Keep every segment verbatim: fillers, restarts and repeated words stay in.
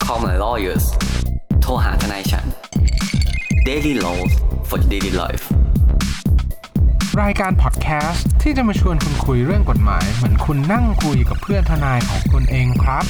Call my lawyers โทรหาทนายฉัน Daily Laws for Daily Life รายการพอดแคสต์ที่จะมาชวนคุณคุยเรื่องกฎหมายเหมือนคุณนั่งคุยกับเพื่อนทนายของคุณเองครับ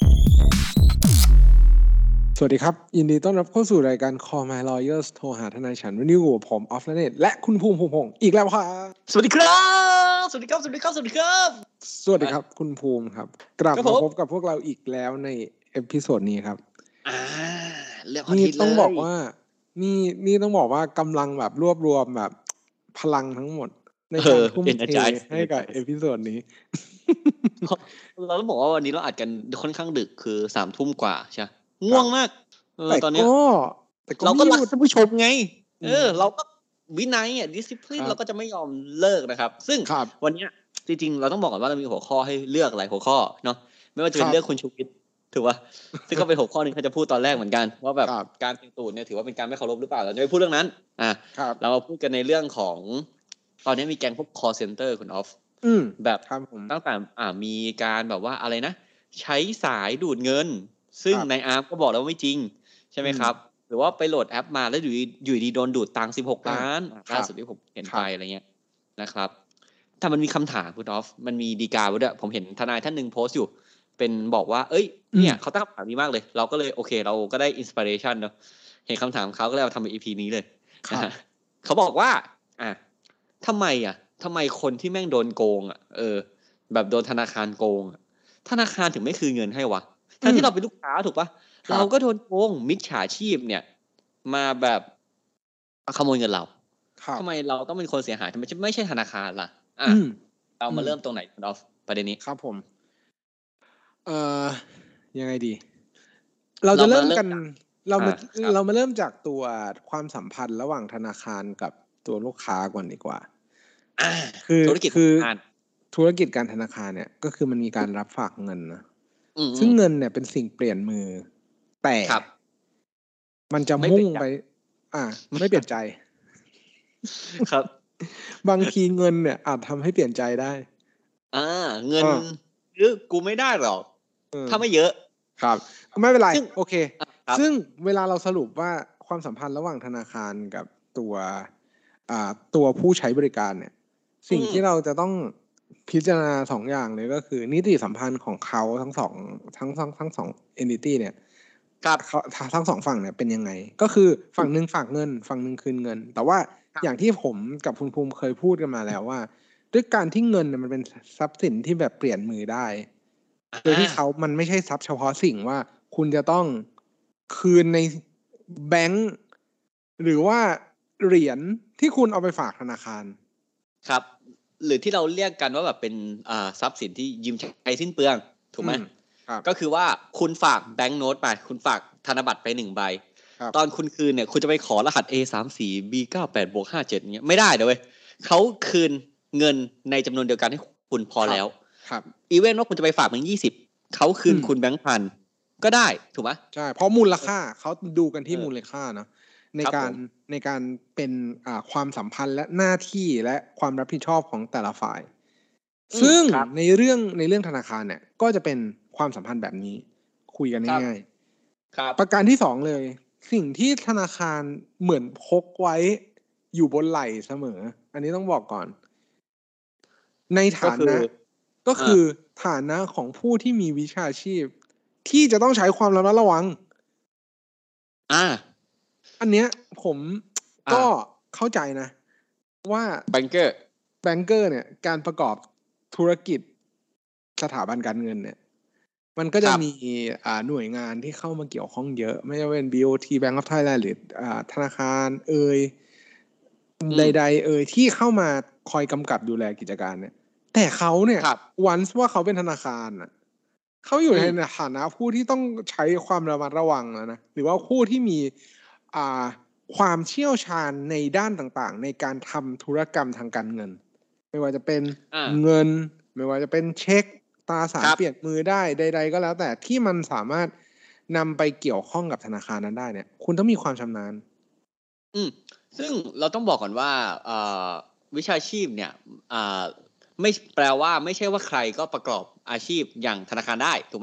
สวัสดีครับยินดีต้อนรับเข้าสู่รายการ Call My Lawyers โทรหาทนายฉันวันนี้อยู่กับผมออฟและเนตและคุณภูมิภูมิพงศ์อีกแล้วครับสวัสดีครับสวัสดีครับสวัสดีครับสวัสดีครับสวัสดีครับคุณภูมิครับกลับมาพบกับพวกเราอีกแล้วในเอพิโซดนี้ครับอ่าเรื่องฮอตนี่ฮิตเลยต้องบอกว่านี่นี่ต้องบอกว่ากำลังแบบรวบรวมแบบพลังทั้งหมดในการทุ่มเทให้กับเอพิโซดนี้เราต้องบอกว่าวันนี้เราอัดกันค่อนข้างดึกคือสามทุ่มกว่าใช่ง่วงมากเออตอนนี้เราก็รักท่านผู้ชมไงเออเราก็วินัยอ่ะดิสซิปลินเราก็จะไม่ยอมเลิกนะครับซึ่งวันนี้จริงๆเราต้องบอกก่อนว่าเรามีหัวข้อให้เลือกหลายหัวข้อเนาะไม่ว่าจะเป็นเรื่องคุณชูวิทย์ถือว่าซึ่งก็เป็นหัวข้อนึงที่จะพูดตอนแรกเหมือนกันว่าแบบการแต่งตูดเนี่ยถือว่าเป็นการไม่เคารพหรือเปล่าเราจะไม่พูดเรื่องนั้นอ่ะเรามาพูดกันในเรื่องของตอนนี้มีแก๊งพวก call center คุณออฟแบบตั้งแต่อ่ามีการแบบว่าอะไรนะใช้สายดูดเงินซึ่งในอาร์มก็บอกแล้วว่าไม่จริงใช่ไหมครับหรือว่าไปโหลดแอปมาแล้วอยู่อยู่ดีโดนดูดตังค์สิบหกล้านล่าสุดที่ผมเห็นไปอะไรเงี้ยนะครับถ้ามันมีคำถามคุณออฟมันมีดีกาด้วยผมเห็นทนายท่านนึงโพสต์อยู่เป็นบอกว่าเอ้ยเนี่ยเขาตั้งคำถามดีมากเลยเราก็เลยโอเคเราก็ได้อินสปิเรชันเนาะเห็นคำถามเขาก็เลยเอาทำเป็น อี พี นี้เลยเขาบอกว่าอ่ะทำไมอ่ะทำไมคนที่แม่งโดนโกงอ่ะเออแบบโดนธนาคารโกงธนาคารถึงไม่คืนเงินให้วะทั้งที่เราเป็นลูกค้าถูกปะเราก็โดนโกงมิจฉาชีพเนี่ยมาแบบขโมยเงินเราทำไมเราต้องเป็นคนเสียหายทำไมไม่ใช่ธนาคารล่ะอ่ะเรามาเริ่มตรงไหนคุณออฟประเด็นนี้ครับผมเอ่อยังไงดีเราจะเริ่มกันเรามาเรามาเริ่มจากตัวความสัมพันธ์ระหว่างธนาคารกับตัวลูกค้าก่อนดีกว่าคือธุรกิจคือธุรกิจการธนาคารเนี่ยก็คือมันมีการรับฝากเงินนะซึ่งเงินเนี่ยเป็นสิ่งเปลี่ยนมือแต่มันจะมุ่งไปอ่าไม่เปลี่ยนใจครับบางทีเงินเนี่ยอาจทำให้เปลี่ยนใจได้อ่าเงินเยอะกูไม่ได้หรอกถ้าไม่เยอะครับไม่เป็นไรโอเคซึ่งเวลาเราสรุปว่าความสัมพันธ์ระหว่างธนาคารกับตัวอ่าตัวผู้ใช้บริการเนี่ยสิ่งที่เราจะต้องพิจารณาสองอย่างเลยก็คือนิติสัมพันธ์ของเขาทั้งสองทั้งทั้งทั้งสอง entity เนี่ยครับเขาทั้งสองฝั่งเนี่ยเป็นยังไงก็คือฝั่งนึงฝากเงินฝั่งนึงคืนเงินแต่ว่าอย่างที่ผมกับคุณภูมิเคยพูดกันมาแล้วว่าด้วยการที่เงินเนี่ยมันเป็นทรัพย์สินที่แบบเปลี่ยนมือได้โดยที่เขามันไม่ใช่ทรัพย์เฉพาะสิ่งว่าคุณจะต้องคืนในแบงก์หรือว่าเหรียญที่คุณเอาไปฝากธนาคารครับหรือที่เราเรียกกันว่าแบบเป็นอ่าทรัพย์สินที่ยืมใช้สิ้นเปลืองถูกไหมก็คือว่าคุณฝากแบงก์โน้ตไปคุณฝากธนบัตรไปหนึ่งใบตอนคุณคืนเนี่ยคุณจะไปขอรหัส เอ สามสิบสี่ บี เก้าสิบแปด บวก ห้าสิบเจ็ด เงี้ยไม่ได้เด้อเว้ยเขาคืนเงินในจำนวนเดียวกันให้คุณพอแล้วครับอีเวนต์ว่าคุณจะไปฝากมันยี่สิบเขาคืนคุณแบงค์พันก็ได้ถูกไหมใช่เพราะมูลค่าเขาดูกันที่มูลค่าเนาะในการในการเป็นอ่าความสัมพันธ์และหน้าที่และความรับผิดชอบของแต่ละฝ่ายซึ่งในเรื่องในเรื่องธนาคารเนี่ยก็จะเป็นความสัมพันธ์แบบนี้คุยกันง่ายๆประการที่สองเลยสิ่งที่ธนาคารเหมือนพกไว้อยู่บนไหล่เสมออันนี้ต้องบอกก่อนในฐานะก็คือฐานะของผู้ที่มีวิชาชีพที่จะต้องใช้ความระมัดระวังอ่าอันเนี้ยผมก็เข้าใจนะว่าแบงเกอร์แบงเกอร์เนี่ยการประกอบธุรกิจสถาบันการเงินเนี่ยมันก็จะมีอ่าหน่วยงานที่เข้ามาเกี่ยวข้องเยอะไม่ว่าเป็น บี โอ ที Bank of Thailand หรืออ่าธนาคารเอ่ยใดๆเอ่ยที่เข้ามาคอยกำกับดูแลกิจการเนี่ยแต่เขาเนี่ยวันว่าเขาเป็นธนาคารน่ะเขาอยู่ในฐานะผู้ที่ต้องใช้ความระมัดระวังแล้วนะหรือว่าผู้ที่มีอ่าความเชี่ยวชาญในด้านต่างๆในการทำธุรกรรมทางการเงินไม่ว่าจะเป็นเงินไม่ว่าจะเป็นเช็คตราสารเปลี่ยนมือได้ใดๆก็แล้วแต่ที่มันสามารถนำไปเกี่ยวข้องกับธนาคารนั้นได้เนี่ยคุณต้องมีความชำนาญอืมซึ่งเราต้องบอกก่อนว่าวิชาชีพเนี่ยไม่แปลว่าไม่ใช่ว่าใครก็ประกอบอาชีพอย่างธนาคารได้ถูกไหม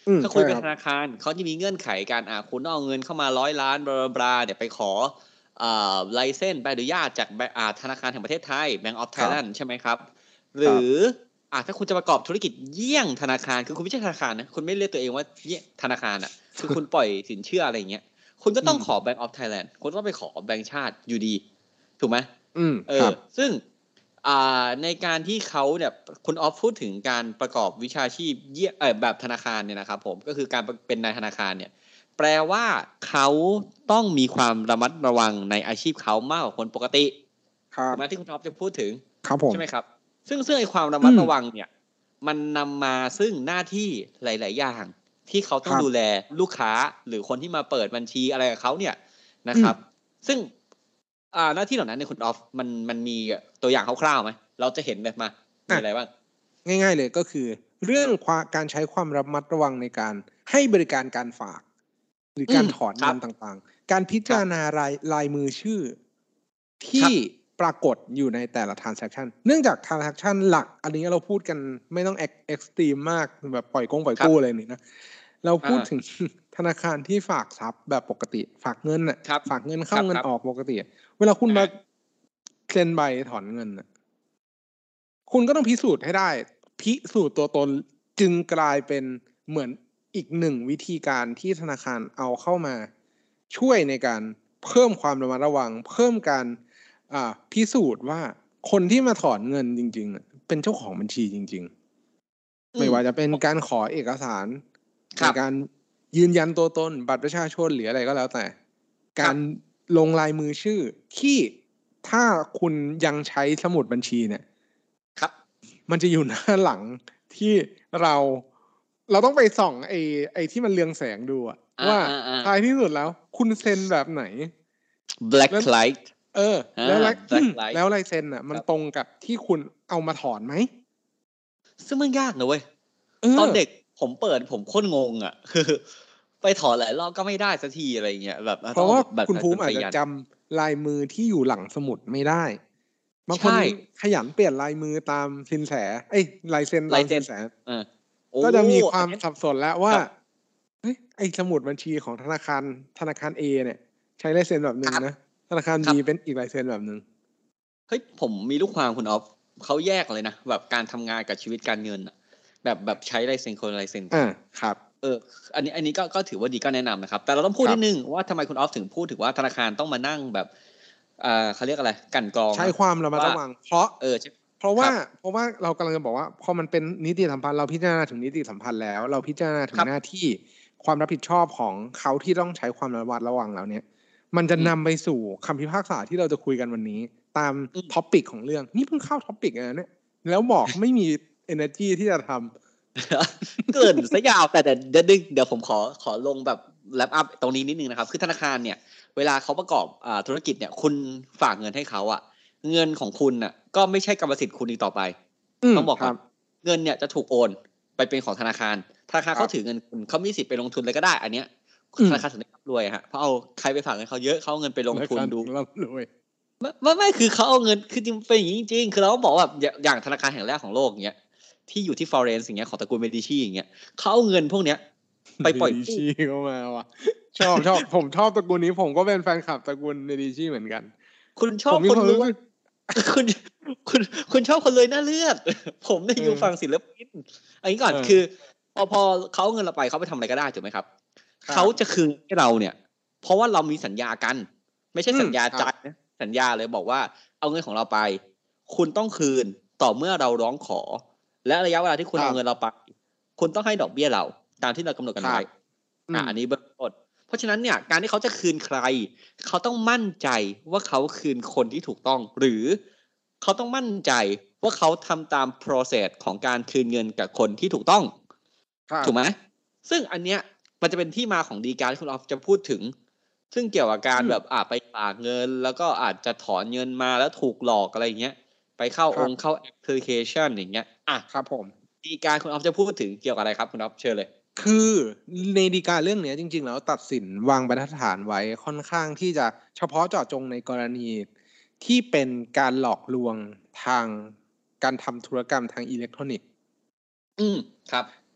ถ้าคุณเป็นธนาคารเขาจะมีเงื่อนไขการอ่าคุณเอาเงินเข้ามาร้อยล้านบลาบลาเดี๋ยวไปขออ่าไลเซนส์ใบอนุญาตจากอ่าธนาคารแห่งประเทศไทย Bank of Thailand ใช่ไหมครับหรืออ่าถ้าคุณจะประกอบธุรกิจเยี่ยงธนาคารคือคุณไม่ใช่ธนาคารนะคุณไม่เรียกตัวเองว่าเยี่ยงธนาคารอ่ะคือคุณปล่อยสินเชื่ออะไรอย่างเงี้ยคุณก็ต้องขอ Bank of Thailand คุณต้องไปขอแบงก์ชาติอยู่ดีถูกไหมอืมเออซึ่งอ่าในการที่เขาเนี่ยคุณออฟพูดถึงการประกอบวิชาชีพเยี่ยเออแบบธนาคารเนี่ยนะครับผมก็คือการเป็นนายธนาคารเนี่ยแปลว่าเขาต้องมีความระมัดระวังในอาชีพเขามากกว่าคนปกติถูกไหมที่คุณออฟจะพูดถึงใช่ไหมครับซึ่งซึ่งไอ้ความระมัดระวังเนี่ยมันนำมาซึ่งหน้าที่หลายๆอย่างที่เขาต้องดูแลลูกค้าหรือคนที่มาเปิดบัญชีอะไรกับเขาเนี่ยนะครับซึ่งอ่าหน้าที่เหล่านั้นในคุณออฟมันมันมีตัวอย่างคร่าวๆไหมเราจะเห็นแบบมามีอะไรบ้างง่ายๆเลยก็คือเรื่องการใช้ความระมัดระวังในการให้บริการการฝากหรือการถอนเงินต่างๆการพิจารณารายลายมือชื่อที่ปรากฏอยู่ในแต่ละ transaction เนื่องจาก transaction หลักอันนี้เราพูดกันไม่ต้อง extreme มากแบบปล่อยกงปล่อยกู้อะไรนี่นะเราพูดถึงธนาคารที่ฝากทรัพย์แบบปกติฝากเงินน่ะฝากเงินเข้าเงินออกปกติเวลาคุณมาเซ็นใบถอนเงินน่ะคุณก็ต้องพิสูจน์ให้ได้พิสูจน์ตัวตนจึงกลายเป็นเหมือนอีกหนึ่งวิธีการที่ธนาคารเอาเข้ามาช่วยในการเพิ่มความระมัดระวังเพิ่มการอ่าพิสูจน์ว่าคนที่มาถอนเงินจริงๆเป็นเจ้าของบัญชีจริงๆไม่ว่าจะเป็นการขอเอกสารในการยืนยันตัวตนบัตรประชาชนหรืออะไรก็แล้วแต่การลงลายมือชื่อที่ถ้าคุณยังใช้สมุดบัญชีเนี่ยครับมันจะอยู่หน้าหลังที่เราเราต้องไปส่องไอ้ไอ้ที่มันเรืองแสงดูอะว่าท้ายที่สุดแล้วคุณเซ็นแบบไหน black light เออแล้วแล้วลายเซ็นอ่ะมันตรงกับที่คุณเอามาถอนไหมซึ่งมันยากนะเว้ยตอนเด็กผมเปิดผมโคตรงงอ่ะคือไปถอนหลายรอบก็ไม่ได้สักทีอะไรเงี้ยแบบเพราะว่าคุณภูมิอาจจะจำลายมือที่อยู่หลังสมุดไม่ได้บางคนขยันเปลี่ยนลายมือตามสินแสเอ้ยลายเซ็นตามสินแสก็จะมีความสับสนแล้วว่าเฮ้ยไอ้สมุดบัญชีของธนาคารธนาคาร A เนี่ยใช้ลายเซ็นแบบนึงนะธนาคาร B เป็นอีกลายเซ็นแบบนึงเฮ้ยผมมีลูกความคุณออฟเขาแยกเลยนะแบบการทำงานกับชีวิตการเงินแบบแบบใช้ลายเซ็นคนลายเซ็นอ่าครับเอออันนี้อันนี้ก็ก็ถือว่าดีก็แนะนำนะครับแต่เราต้องพูดนิดนึงว่าทำไมคุณออฟถึงพูดถึงว่าธนาคารต้องมานั่งแบบอ่าเขาเรียกอะไรกันกรองใช้ความระมัดระวังเพราะเออเพราะว่าเพราะว่าเรากำลังจะบอกว่าพอมันเป็นนิติสัมพันธ์เราพิจารณาถึงนิติสัมพันธ์แล้วเราพิจารณาถึงหน้าที่ความรับผิดชอบของเขาที่ต้องใช้ความระมัดระวังแล้วเนี่ยมันจะนำไปสู่คำพิพากษาที่เราจะคุยกันวันนี้ตามท็อปิกของเรื่องนี่เพิ่งเข้าท็อปิกนะเนี่ยแล้วบอกไม่มี energy ที่จะทำเกินซะยาวแต่แต่เดี๋ยวเดี๋ยวผมขอขอลงแบบแลปอัพตรงนี้นิดนึงนะครับคือธนาคารเนี่ยเวลาเขาประกอบอ่าธุรกิจเนี่ยคุณฝากเงินให้เขาอ่ะเงินของคุณน่ะก็ไม่ใช่กรรมสิทธิ์คุณอีกต่อไปต้องบอกว่าเงินเนี่ยจะถูกโอนไปเป็นของธนาคารธนาคารเขาถือเงินคุณเขามีสิทธิ์ไปลงทุนอะไรก็ได้อันเนี้ยธนาคารถึงได้ร่ำรวยฮะเพราะเอาใครไปฝากเงินเขาเยอะเขาเอาเงินไปลงทุนดูร่ำรวยไม่ไม่คือเขาเอาเงินคือจริงเป็นอย่างนี้จริงๆคือเราต้องบอกว่าอย่างธนาคารแห่งแรกของโลกอย่างเงี้ยที่อยู่ที่ฟลอเรนซ์อย่างเงี้ยของตระกูลเมดิชีอย่างเงี้ยเขาเอาเงินพวกเนี้ยไปปล่อยกู้เข้ามาว่ะชอบชอบผมชอบตระกูลนี้ผมก็เป็นแฟนคลับตระกูลเมดิชีเหมือนกันคุณชอบคนรวยคุณคุณคุณชอบคนรวยน่าเลือดผมเนี่ยอยู่ฝั่งศิลปินอันนี้ก่อนคือพอพอเขาเอาเงินเราไปเขาไปทำอะไรก็ได้ถูกไหมครับเขาจะคืนให้เราเนี่ยเพราะว่าเรามีสัญญากันไม่ใช่สัญญาใจนะสัญญาเลยบอกว่าเอาเงินของเราไปคุณต้องคืนต่อเมื่อเราร้องขอและระยะเวลาที่คุณเอาเงินเราไปคุณต้องให้ดอกเบี้ยเราตามที่เรากำหนดกันไว้อ่ะอันนี้เบื้องต้นเพราะฉะนั้นเนี่ยการที่เขาจะคืนใครเขาต้องมั่นใจว่าเขาคืนคนที่ถูกต้องหรือเขาต้องมั่นใจว่าเขาทำตาม process ของการคืนเงินกับคนที่ถูกต้องถูกไหมซึ่งอันเนี้ยมันจะเป็นที่มาของฎีกาที่คุณออฟจะพูดถึงซึ่งเกี่ยวกับการแบบอ่าไปฝากเงินแล้วก็อาจจะถอนเงินมาแล้วถูกหลอกอะไรอย่างเงี้ยไปเข้าองค์เข้าแอปพลิเคชันอย่างเงี้ยอ่ะครับผมฎีกาคุณออฟจะพูดถึงเกี่ยวกับอะไรครับคุณออฟเชิญเลยคือในฎีกาเรื่องนี้จริงๆแล้วตัดสินวางบรรทัดฐานไว้ค่อนข้างที่จะเฉพาะเจาะจงในกรณีที่เป็นการหลอกลวงทางการทำธุรกรรมทางอิเล็กทรอนิกส์อืมครับ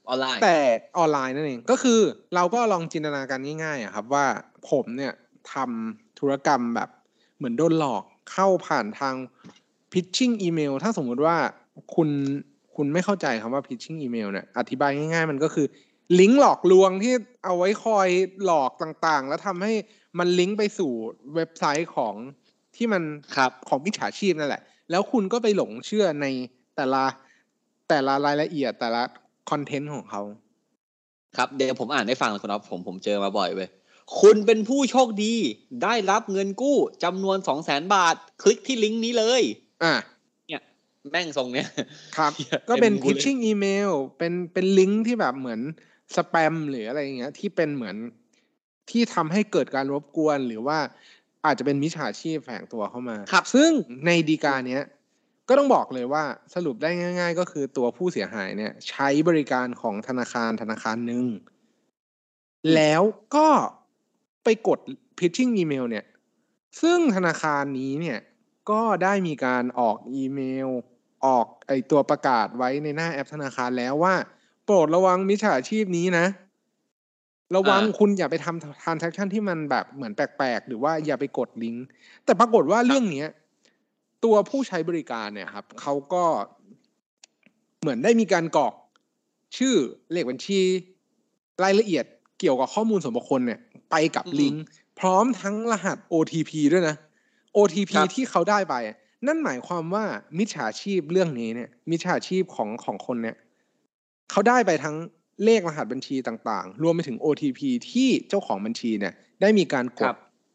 ออนไลน์แต่ออนไลน์นั่นเองก็คือเราก็ลองจินตนาการง่ายๆอ่ะครับว่าผมเนี่ยทำธุรกรรมแบบเหมือนโดนหลอกเข้าผ่านทาง pitching อีเมลถ้าสมมุติว่าคุณคุณไม่เข้าใจคำว่า pitching อีเมลเนี่ยอธิบายง่ายๆมันก็คือลิงก์หลอกลวงที่เอาไว้คอยหลอกต่างๆแล้วทำให้มันลิงก์ไปสู่เว็บไซต์ของที่มันของมิจฉาชีพนั่นแหละแล้วคุณก็ไปหลงเชื่อในแต่ละแต่ละรายละเอียดแต่ละคอนเทนต์ของเขาครับเดี๋ยวผมอ่านให้ฟังเลยครับผมผมเจอมาบ่อยเว้ยคุณเป็นผู้โชคดีได้รับเงินกู้จำนวน สองแสน บาทคลิกที่ลิงก์นี้เลยอ่ะเนี่ยแม่งทรงเนี้ยครับก็เป็น pitching email เป็นเป็นลิงก์ที่แบบเหมือนสแปมหรืออะไรอย่างเงี้ยที่เป็นเหมือนที่ทำให้เกิดการรบกวนหรือว่าอาจจะเป็นมิจฉาชีพแฝงตัวเข้ามาซึ่งในฎีกาเนี้ยก็ต้องบอกเลยว่าสรุปได้ง่ายๆก็คือตัวผู้เสียหายเนี่ยใช้บริการของธนาคารธนาคารหนึ่งแล้วก็ไปกด pitching email เนี่ยซึ่งธนาคารนี้เนี่ยก็ได้มีการออกอีเมลออกไอตัวประกาศไว้ในหน้าแอปธนาคารแล้วว่าโปรดระวังมิจฉาชีพนี้นะระวังคุณอย่าไปทำ transaction ที่มันแบบเหมือนแปลกๆหรือว่าอย่าไปกดลิงก์แต่ปรากฏว่าเรื่องนี้ตัวผู้ใช้บริการเนี่ยครับเขาก็เหมือนได้มีการกรอกชื่อเลขบัญชีรายละเอียดเกี่ยวกับข้อมูลส่วนบุคคลเนี่ยไปกับลิงก์พร้อมทั้งรหัส โอ ที พี ด้วยนะ โอ ที พี ที่เขาได้ไปนั่นหมายความว่ามิจฉาชีพเรื่องนี้เนี่ยมิจฉาชีพของของคนเนี่ยเขาได้ไปทั้งเลขรหัสบัญชีต่างๆรวมไปถึง โอ ที พี ที่เจ้าของบัญชีเนี่ยได้มีการกด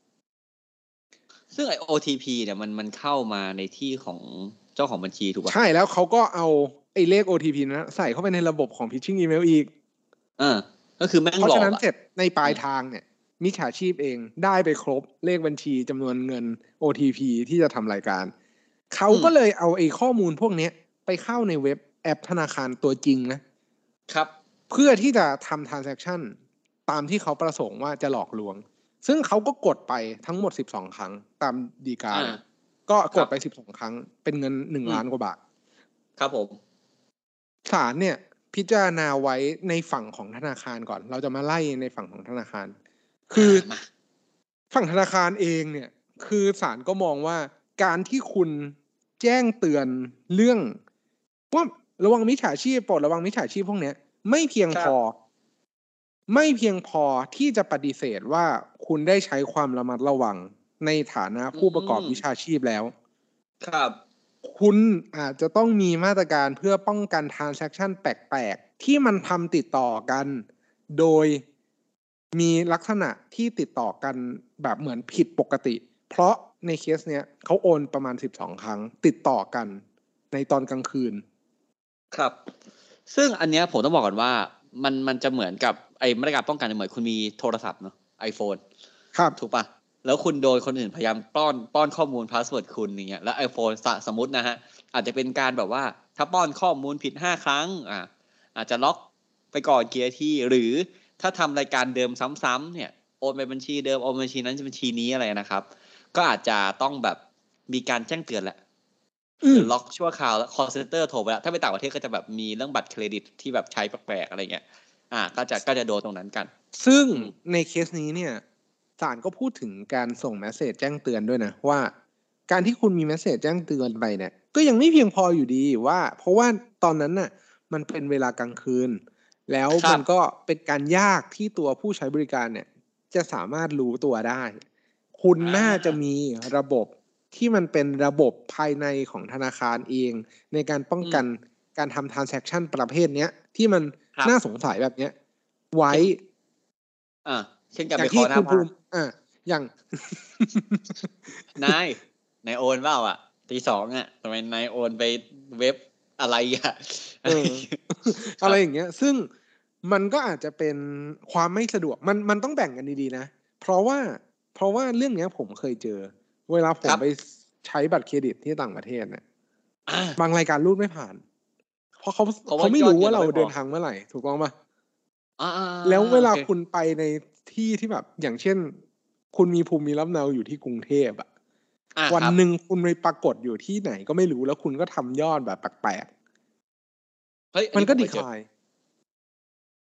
ซึ่งไอ้ โอ ที พี เนี่ยมันมันเข้ามาในที่ของเจ้าของบัญชีถูกป่ะใช่แล้วเขาก็เอาไอ้เลข โอ ที พี นั้นใส่เข้าไปในระบบของ pitching email อีกเออก็คือแม่งหลอกเพราะฉะนั้นเสร็จในปลายทางเนี่ยมิจฉาชีพเองได้ไปครบเลขบัญชีจำนวนเงิน โอ ที พี ที่จะทำรายการเขาก็เลยเอาไอ้ข้อมูลพวกนี้ไปเข้าในเว็บแอปธนาคารตัวจริงนะครับเพื่อที่จะทำ transaction ตามที่เขาประสงค์ว่าจะหลอกลวงซึ่งเขาก็กดไปทั้งหมดสิบสองครั้งตามฎีกาก็กดไปสิบสองครั้งเป็นเงินหนึ่งล้านกว่าบาทครับผมศาลเนี่ยพิจารณาไว้ในฝั่งของธนาคารก่อนเราจะมาไล่ในฝั่งของธนาคารคือฝั่งธนาคารเองเนี่ยคือศาลก็มองว่าการที่คุณแจ้งเตือนเรื่องว่าระวังมิจฉาชีพโปรดระวังมิจฉาชีพพวกนี้ไม่เพียงพอไม่เพียงพอที่จะปฏิเสธว่าคุณได้ใช้ความระมัดระวังในฐานะผู้ประกอบวิชาชีพแล้วครับคุณอาจจะต้องมีมาตรการเพื่อป้องกัน transaction แปลกๆที่มันทำติดต่อกันโดยมีลักษณะที่ติดต่อกันแบบเหมือนผิดปกติเพราะในเคสเนี้ยเขาโอนประมาณสิบสองครั้งติดต่อกันในตอนกลางคืนครับซึ่งอันเนี้ยผมต้องบอกก่อนว่ามันมันจะเหมือนกับไอ้มาตรการป้องกันเหมือนคุณมีโทรศัพท์เนาะ iPhone ครับถูกป่ะแล้วคุณโดนคนอื่นพยายามป้อนป้อนข้อมูลพาสเวิร์ดคุณอย่างเงี้ยแล้ว iPhone สมมุตินะฮะอาจจะเป็นการแบบว่าถ้าป้อนข้อมูลผิดห้าครั้งอ่ะอาจจะล็อกไปก่อนกี่นาทีหรือถ้าทำรายการเดิมซ้ำๆเนี่ยโอนไปบัญชีเดิมโอนบัญชีนั้นบัญชีนี้อะไรนะครับก็อาจจะต้องแบบมีการแจ้งเตือนแหละล็อกชั่วคราวแล้ว call center โทรไปแล้วถ้าไปต่างประเทศก็จะแบบมีเรื่องบัตรเครดิตที่แบบใช้แปลกๆอะไรเงี้ยอ่าก็จะก็จะโดนตรงนั้นกันซึ่งในเคสนี้เนี่ยศาลก็พูดถึงการส่งเมสเสจแจ้งเตือนด้วยนะว่าการที่คุณมีเมสเสจแจ้งเตือนไปเนี่ยก็ยังไม่เพียงพออยู่ดีว่าเพราะว่าตอนนั้นน่ะมันเป็นเวลากลางคืนแล้วมันก็เป็นการยากที่ตัวผู้ใช้บริการเนี่ยจะสามารถรู้ตัวได้คุณน่าจะมีระบบที่มันเป็นระบบภายในของธนาคารเองในการป้องกันการทำ transaction ประเภทเนี้ยที่มันน่าสงสัยแบบเนี้ยไว้อ่าเช่นกับไปขอหน้าบ้านอ่าอย่างนายนายโอนเปล่าอ่ะตีสองอ่ะทำไมนายโอนไปเว็บอะไรอ่ะเอออะไรอย่างเงี้ยซึ่งมันก็อาจจะเป็นความไม่สะดวกมันมันต้องแบ่งกันดีๆนะเพราะว่าเพราะว่าเรื่องเนี้ยผมเคยเจอเวลาผมไปใช้บัตรเครดิตที่ต่างประเทศเนี่ยบางรายการรูดไม่ผ่านเพราะเขาเขาไม่รู้ว่าเราเดินทางเมื่อไหร่ถูกต้องป่ะแล้วเวลาคุณไปในที่ที่แบบอย่างเช่นคุณมีภูมิลำเนาอยู่ที่กรุงเทพอ่ะวันหนึ่งคุณไปปรากฏอยู่ที่ไหนก็ไม่รู้แล้วคุณก็ทำยอดแบบแปลกๆมันก็ดีคลาย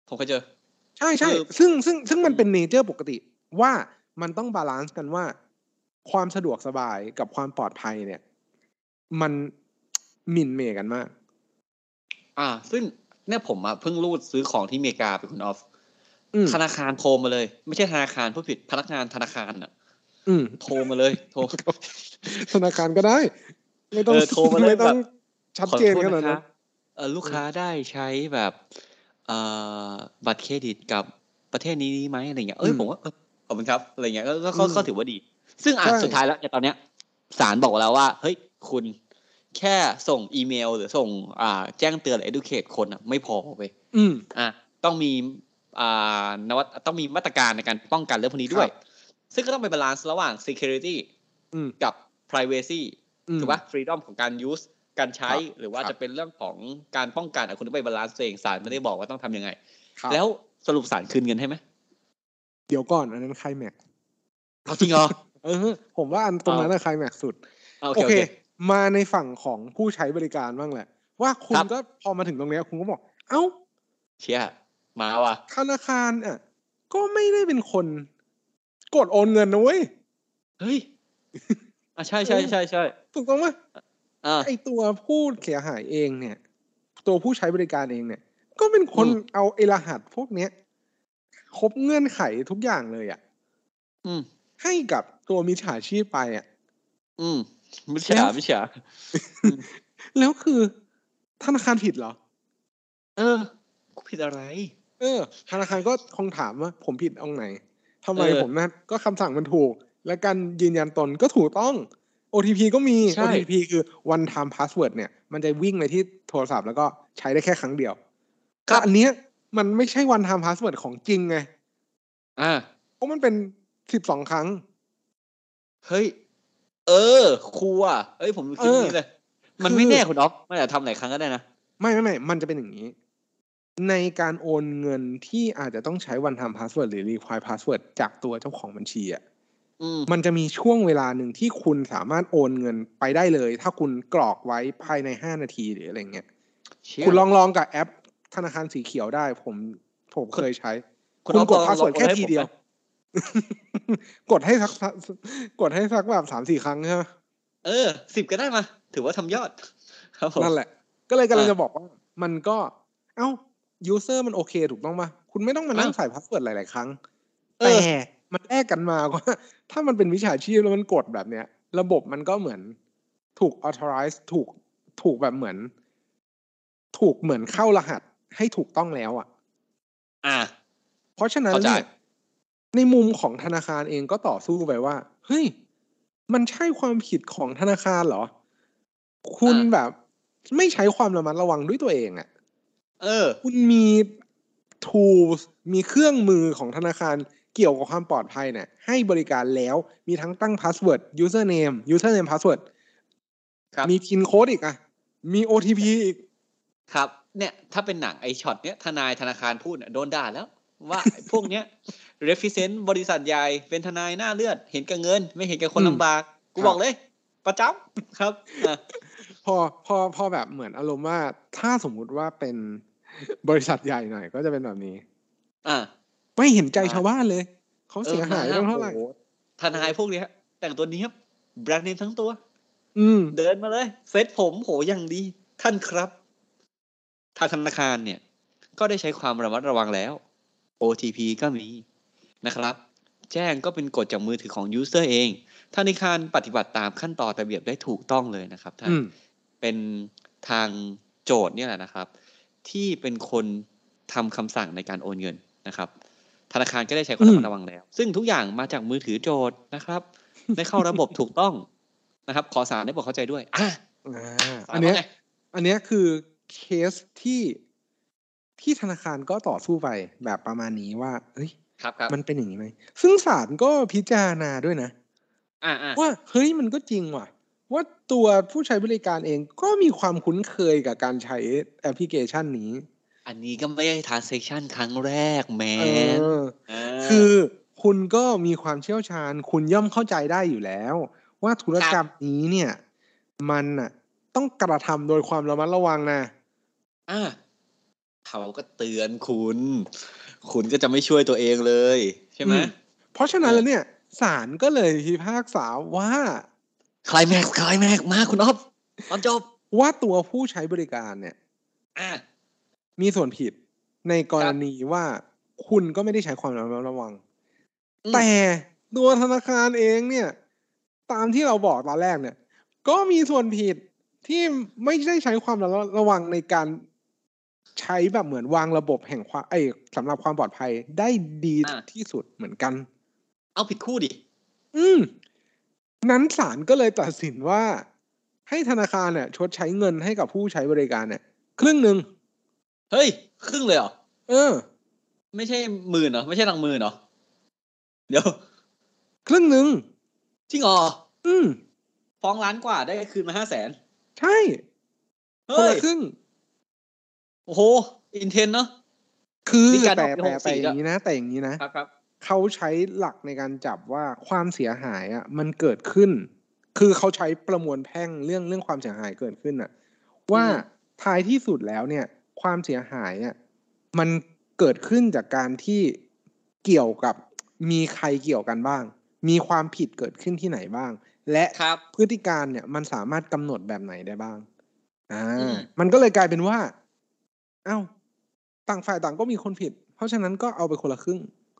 ผมเคยเจอใช่ใช่ซึ่งซึ่งซึ่งมันเป็นเนเจอร์ปกติว่ามันต้องบาลานซ์กันว่าความสะดวกสบายกับความปลอดภัยเนี่ยมันหมิ่นเมย์กันมากอ่าซึ่งเนี่ยผมอ่ะเพิ่งรูดซื้อของที่อเมริกาไปคุณออฟธนาคารโทรมาเลยไม่ใช่ธนาคารผู้ผิดพนักงานธนาคารอ่ะโทรมาเลยโทรธนาคารก็ได้ไม่ต้องโทรมาเลยไม่ต้องชัดเจนขนาดนั้นเออลูกค้าได้ใช้แบบเอ่อบัตรเครดิตกับประเทศนี้ไหมอะไรเงี้ยเอ้ยผมว่าขอบคุณครับอะไรเงี้ยก็ก็ก็ถือว่าดีซึ่งอ่ะสุดท้ายแล้วในตอนเนี้ยศาลบอกแล้วว่าเฮ้ยคุณแค่ส่งอีเมลหรือส่งอ่าแจ้งเตือนหรือ educate คนอ่ะไม่พอเว้ยอืมอ่ะต้องมีอ่านวัตต้องมีมาตรการในการป้องกันเรื่องพวกนี้ด้วยซึ่งก็ต้องไปบาลานซ์ระหว่าง security กับ privacy ถูกป่ะ freedom ของการ use การใช้หรือว่าจะเป็นเรื่องของการป้องกันคุณต้องไปบาลานซ์เองศาลไม่ได้บอกว่าต้องทำยังไงแล้วสรุปศาลคืนเงินให้ไหมเดี๋ยวก่อนอันนั้นไคลแม็กซ์เอาจริงเหรอเออผมว่าอันตรงนั้นน่ะไคลแม็กซ์สุดโอเคมาในฝั่งของผู้ใช้บริการบ้างแหละว่าคุณก็พอมาถึงตรงนี้คุณก็บอกเอ้าเชี่ยมาว่ะธนาคารอ่ะก็ไม่ได้เป็นคนกดโอนเงินนะเว้ยเฮ้ยอ่ะใช่ใช่ใช่ใช่ถูกต้องไหมไอตัวผู้เสียหายเองเนี่ยตัวผู้ใช้บริการเองเนี่ยก็เป็นคนเอาไอรหัสพวกเนี้ยครบเงื่อนไขทุกอย่างเลยอ่ะให้กับตัวมิจฉาชีพไปอ่ะอืมมิจฉามิจฉาแล้วคือธนาคารผิดเหรอเออผิดอะไรเออธนาคารก็คงถามว่าผมผิดตรงไหนทำไมผมนะก็คำสั่งมันถูกและการยืนยันตนก็ถูกต้อง โอ ที พี ก็มี โอ ที พี คือ one time password เนี่ยมันจะวิ่งไปที่โทรศัพท์แล้วก็ใช้ได้แค่ครั้งเดียวแต่อันเนี้ยมันไม่ใช่ one time password ของจริงไงอ่าเพราะมันเป็นสิบสองครั้งเฮ้ยเออครูอ่ะเอ้ยผมคิดอย่างนี้เลยมันไม่แน่คุณอ๊อฟมันอาจจะทำหลายครั้งก็ได้นะไม่ไม่ไม่มันจะเป็นอย่างนี้ในการโอนเงินที่อาจจะต้องใช้ one time password หรือ require password จากตัวเจ้าของบัญชีอ่ะมันจะมีช่วงเวลาหนึ่งที่คุณสามารถโอนเงินไปได้เลยถ้าคุณกรอกไว้ภายในห้านาทีหรืออะไรเงี้ยคุณลองลองกับแอปธนาคารสีเขียวได้ผมผมเคยใช้คุณกดพาสเวิร์ดแค่ทีเดียวกดให้สักกดให้สักแบบ สามสี่ ครั้งใช่มั้ยเออสิบก็ได้มาถือว่าทำยอดครับผมนั่นแหละก็เลยกำลังจะบอกว่ามันก็เอ้ายูเซอร์มันโอเคถูกต้องป่ะคุณไม่ต้องมานั่งใส่พาสเวิร์ดหลายๆครั้งแต่มันแลกกันมาว่าถ้ามันเป็นวิชาชีพแล้วมันกดแบบเนี้ยระบบมันก็เหมือนถูก authorize ถูกถูกแบบเหมือนถูกเหมือนเข้ารหัสให้ถูกต้องแล้วอ่ะอ่าเพราะฉะนั้นเนี่ยในมุมของธนาคารเองก็ต่อสู้ไปว่าเฮ้ยมันใช่ความผิดของธนาคารเหรอคุณแบบไม่ใช้ความระมัดระวังด้วยตัวเองอ่ะเออคุณมี tools มีเครื่องมือของธนาคารเกี่ยวกับความปลอดภัยเนี่ยให้บริการแล้วมีทั้งตั้ง password username username password มี pin code อีกอ่ะมี โอ ที พี อีกครับเนี่ยถ้าเป็นหนังไอช็อตเนี้ยทนายธนาคารพูดโดนด่าแล้วว่าพวกเนี้ย represent บริษัทใหญ่เป็นทนายหน้าเลือดเห็นแก่เงินไม่เห็นแก่คนลำบากกูบอกเลยประจำครับพอพอพอแบบเหมือนอารมณ์ว่าถ้าสมมุติว่าเป็นบริษัทใหญ่หน่อยก็จะเป็นแบบนี้อ่าไม่เห็นใจชาวบ้านเลยเขาเสียหายเท่าไหร่ทนายพวกนี้แต่งตัวนี้ครับแบรนด์เนมทั้งตัวอืมเดินมาเลยเซ็ตผมโหอย่างดีท่านครับทางธนาคารเนี่ยก็ได้ใช้ความระมัดระวังแล้ว โอ ที พี ก็มีนะครับแจ้งก็เป็นกฎจากมือถือของยูเซอร์เองธนาคารปฏิบัติตามขั้นตอนระเบียบได้ถูกต้องเลยนะครับท่านเป็นทางโจทย์เนี่ยแหละนะครับที่เป็นคนทำคำสั่งในการโอนเงินนะครับธนาคารก็ได้ใช้ความระมัดระวังแล้วซึ่งทุกอย่างมาจากมือถือโจทย์นะครับได้เข้าระบบถูกต้องนะครับขอศาลได้บอกเข้าใจด้วยอ่ะอันนี้อันนี้คือเคสที่ที่ธนาคารก็ต่อสู้ไปแบบประมาณนี้ว่าเฮ้ยมันเป็นอย่างนี้ไหมซึ่งศาลก็พิจารณาด้วยนะว่าเฮ้ยมันก็จริงว่ะว่าตัวผู้ใช้บริการเองก็มีความคุ้นเคยกับการใช้แอปพลิเคชันนี้อันนี้ก็ไม่ใช่ transaction ครั้งแรกแมนคือคุณก็มีความเชี่ยวชาญคุณย่อมเข้าใจได้อยู่แล้วว่าธุรกรรมนี้เนี่ยมันน่ะต้องกระทำโดยความระมัดระวังนะอ่าเขาก็เตือนคุณคุณก็จะไม่ช่วยตัวเองเลยใช่ไหมเพราะฉะนั้นแล้วเนี่ยศาลก็เลยพิพากษาว่าใครแม็กใครแม็กมาคุณอ๊อฟตอนจบว่าตัวผู้ใช้บริการเนี่ยมีส่วนผิดในกรณีว่าคุณก็ไม่ได้ใช้ความระมัดระวังแต่ตัวธนาคารเองเนี่ยตามที่เราบอกตอนแรกเนี่ยก็มีส่วนผิดที่ไม่ได้ใช้ความระวังในการใช้แบบเหมือนวางระบบแห่งความไอ้สำหรับความปลอดภัยได้ดีที่สุดเหมือนกันเอาผิดคู่ดิอืมนั้นศาลก็เลยตัดสินว่าให้ธนาคารเนี่ยชดใช้เงินให้กับผู้ใช้บริการเนี่ยครึ่งนึงเฮ้ยครึ่งเลยเหรอเออไม่ใช่หมื่นเหรอไม่ใช่หลักหมื่นเหรอเดี๋ยวครึ่งนึงจริงเหรออืมฟ้องล้านกว่าได้คืนมาห้าแสนใช่คนละครึ่งโอ้โหอินเทนเนาะคือแต่แต่แต่อย่างนี้นะแต่อย่างนี้นะครับเขาใช้หลักในการจับว่าความเสียหายอ่ะมันเกิดขึ้นคือเขาใช้ประมวลแพ่งเรื่องเรื่องความเสียหายเกิดขึ้นอ่ะว่าท้ายที่สุดแล้วเนี่ยความเสียหายอ่ะมันเกิดขึ้นจากการที่เกี่ยวกับมีใครเกี่ยวกันบ้างมีความผิดเกิดขึ้นที่ไหนบ้างและพฤติการเนี่ยมันสามารถกำหนดแบบไหนได้บ้างอ่ามันก็เลยกลายเป็นว่าเอ้าต่างฝ่ายต่างก็มีคนผิดเพราะฉะนั้นก็เอาไปคนละครึ่ง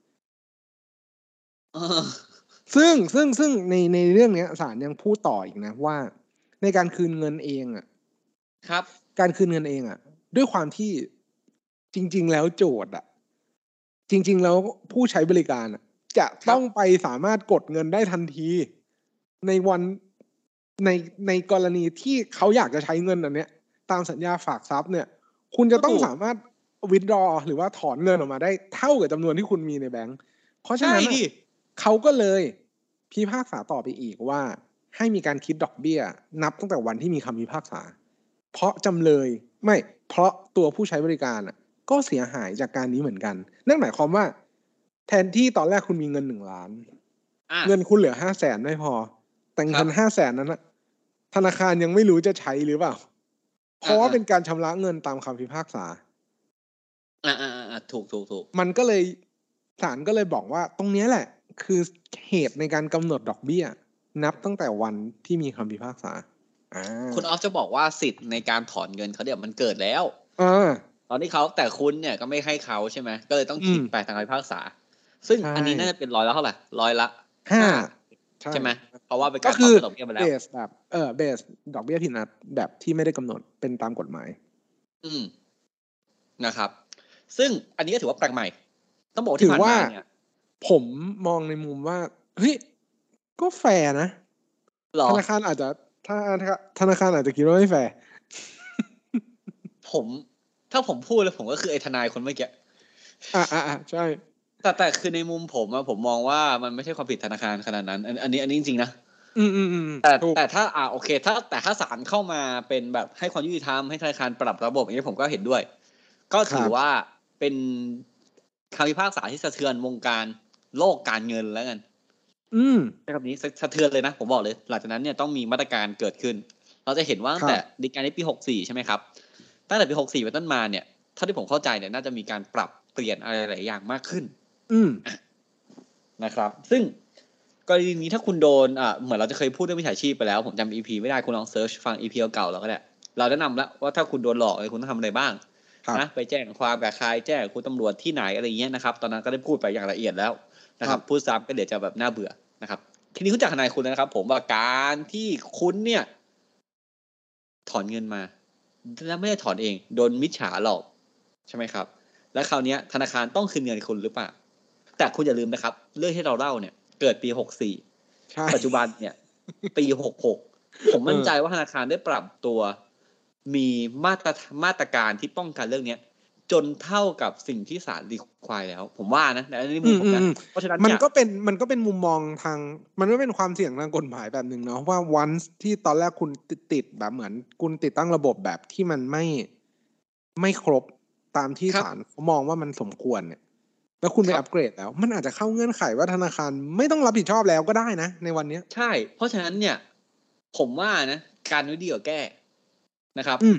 ซึ่งซึ่งซึ่งในในเรื่องนี้ศาลยังพูดต่ออีกนะว่าในการคืนเงินเองอ่ะครับการคืนเงินเองอ่ะด้วยความที่จริงๆแล้วโจทย์อ่ะจริงๆแล้วผู้ใช้บริการอ่ะจะต้องไปสามารถกดเงินได้ทันทีในวันในในกรณีที่เขาอยากจะใช้เงินอันเนี้ยตามสัญญาฝากทรัพย์เนี่ยคุณจะต้องสามารถwithdraw หรือว่าถอนเงินออกมาได้เท่ากับจำนวนที่คุณมีในแบงค์เพราะฉะนั้นเขาก็เลยพิพากษาต่อไปอีกว่าให้มีการคิดดอกเบี้ยนับตั้งแต่วันที่มีคำพิพากษาเพราะจำเลยไม่เพราะตัวผู้ใช้บริการอ่ะก็เสียหายจากการนี้เหมือนกันนั่นหมายความว่าแทนที่ตอนแรกคุณมีเงินหนึ่งล้านเงินคุณเหลือห้าแสนไม่พอแต่เงินห้าแสนนั้นนะธนาคารยังไม่รู้จะใช้หรือเปล่าเพราะว่าเป็นการชำระเงินตามคำพิพากษาอ่าอ่าอ่าถูกถูกถูกมันก็เลยศาลก็เลยบอกว่าตรงนี้แหละคือเหตุในการกำหนดดอกเบี้ยนับตั้งแต่วันที่มีคำพิพากษาคุณออฟจะบอกว่าสิทธิ์ในการถอนเงินเขาเนี่ยมันเกิดแล้วตอนที่เขาแต่คุณเนี่ยก็ไม่ให้เขาใช่ไหมก็เลยต้องคิดไปทางคำพิพากษาซึ่งอันนี้น่าจะเป็นร้อยละเท่าไหร่ร้อยละห้าใช่ไหมเพราะว่าเป็นการถอนดอกเบี้ยมาแล้วเบสแบบเออเบสดอกเบี้ยผิดนัดแบบที่ไม่ได้กำหนดเป็นตามกฎหมายอืมนะครับซึ่งอันนี้ก็ถือว่าแปลกใหม่ต้องบอกที่ผ่านมาเนี่ยผมมองในมุมว่าเฮ้ยก็แฟร์นะธนาคารอาจจะถ้าธนาคารอาจจะคิดว่าไม่แฟร์ผมถ้าผมพูดแล้วผมก็คือไอ้ทนายคนเมื่อกี้อ่าอ่าใช่แต่แต่คือในมุมผมอะผมมองว่ามันไม่ใช่ความผิดธนาคารขนาดนั้นอันนี้อันนี้จริงๆนะอืมอืมอืมแต่แต่ถ้าอ่าโอเคถ้าแต่ถ้าศาลเข้ามาเป็นแบบให้ความยุติธรรมให้ธนาคารปรับระบบอย่างนี้ผมก็เห็นด้วยก็ถือว่าเป็นคำพิพากษาที่สะเทือนวงการโลกการเงินแล้วกันอืมใช้คำนี้สะเทือนเลยนะผมบอกเลยหลังจากนั้นเนี่ยต้องมีมาตรการเกิดขึ้นเราจะเห็นว่าตั้งแต่ฎีกาในปีหกสิบสี่ใช่ไหมครับตั้งแต่ปีหกสิบสี่เป็นต้นมาเนี่ยเท่าที่ผมเข้าใจเนี่ยน่าจะมีการปรับเปลี่ยนอะไรหลายอย่างมากขึ้นอืมนะครับซึ่งกรณีนี้ถ้าคุณโดนอ่าเหมือนเราจะเคยพูดเรื่องมิจฉาชีพไปแล้วผมจำ อี พี ไม่ได้คุณลองเซิร์ชฟัง อี พี เก่าๆเราก็ได้เราแนะนำแล้วว่าถ้าคุณโดนหลอกคุณต้องทำอะไรบ้างนะไปแจ้งความกับใครแจ้งคุณตำรวจที่ไหนอะไรเงี้ยนะครับตอนนั้นก็ได้พูดไปอย่างละเอียดแล้วนะครับพูดซ้ำก็เดี๋ยวจะแบบน่าเบื่อนะครับทีนี้คุณจากทนายคุณนะครับผมว่าการที่คุณเนี่ยถอนเงินมาแล้วไม่ได้ถอนเองโดนมิจฉาหลอกใช่ไหมครับแล้วคราวนี้ธนาคารต้องคืนเงินคุณหรือเปล่าแต่คุณอย่าลืมนะครับเรื่องที่เราเล่าเนี่ยเกิดปีหกสิบสี่ปัจจุบันเนี่ยปีหกสิบหกผมมั่นใจว่าธนาคารได้ปรับตัวมีมาตรมาตรการที่ป้องกันเรื่องนี้จนเท่ากับสิ่งที่ศาลรีควายแล้วผมว่านะในมุมผมนะเพราะฉะนั้นมันก็เป็นมันก็เป็นมุมมองทางมันก็เป็นความเสี่ยงทางกฎหมายแบบนึงเนาะว่าวันที่ตอนแรกคุณติดติดแบบเหมือนคุณติดตั้งระบบแบบที่มันไม่ไม่ครบตามที่ศาลเขามองว่ามันสมควรเนี่ยแล้วคุณไปอัปเกรดแล้วมันอาจจะเข้าเงื่อนไขว่าธนาคารไม่ต้องรับผิดชอบแล้วก็ได้นะในวันนี้ใช่เพราะฉะนั้นเนี่ยผมว่านะการไว้ดีกว่าแก้นะครับ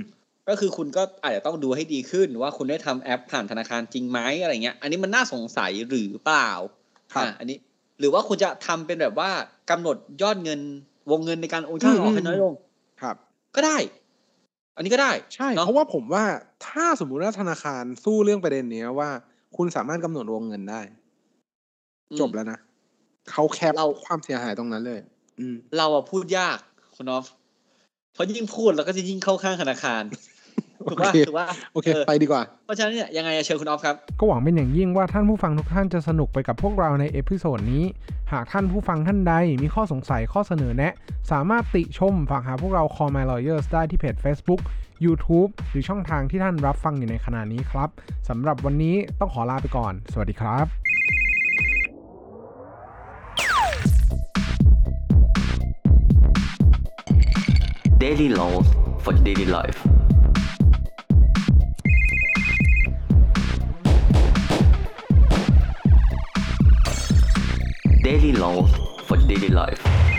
ก็คือคุณก็อาจจะต้องดูให้ดีขึ้นว่าคุณได้ทำแอปผ่านธนาคารจริงไหมอะไรเงี้ยอันนี้มันน่าสงสัยหรือเปล่าอ่ะอันนี้หรือว่าคุณจะทำเป็นแบบว่ากำหนดยอดเงินวงเงินในการโอนเข้าออกให้น้อยลงครับก็ได้อันนี้ก็ได้ใช่เพราะว่าผมว่าถ้าสมมุติว่าธนาคารสู้เรื่องประเด็นนี้ว่าคุณสามารถกำหนดวงเงินได้จบแล้วนะเขาแคปความเสียหายตรงนั้นเลยอืมเราอะพูดยากคุณออฟเพราะยิ่งพูดเราก็จะยิ่งเข้าข้างธนาคารถูกป่ะถูกป่ะโอเคไปดีกว่าเพราะฉะนั้นเนี่ยยังไงเชิญคุณออฟครับก็หวังเป็นอย่างยิ่งว่าท่านผู้ฟังทุกท่านจะสนุกไปกับพวกเราในเอพิโซดนี้หากท่านผู้ฟังท่านใดมีข้อสงสัยข้อเสนอแนะสามารถติชมฝากหาพวกเรา Call My Lawyers ได้ที่เพจ Facebook YouTube หรือช่องทางที่ท่านรับฟังอยู่ในขณะนี้ครับสำหรับวันนี้ต้องขอลาไปก่อนสวัสดีครับ Daily Laws for Daily Life Daily Laws for Daily Life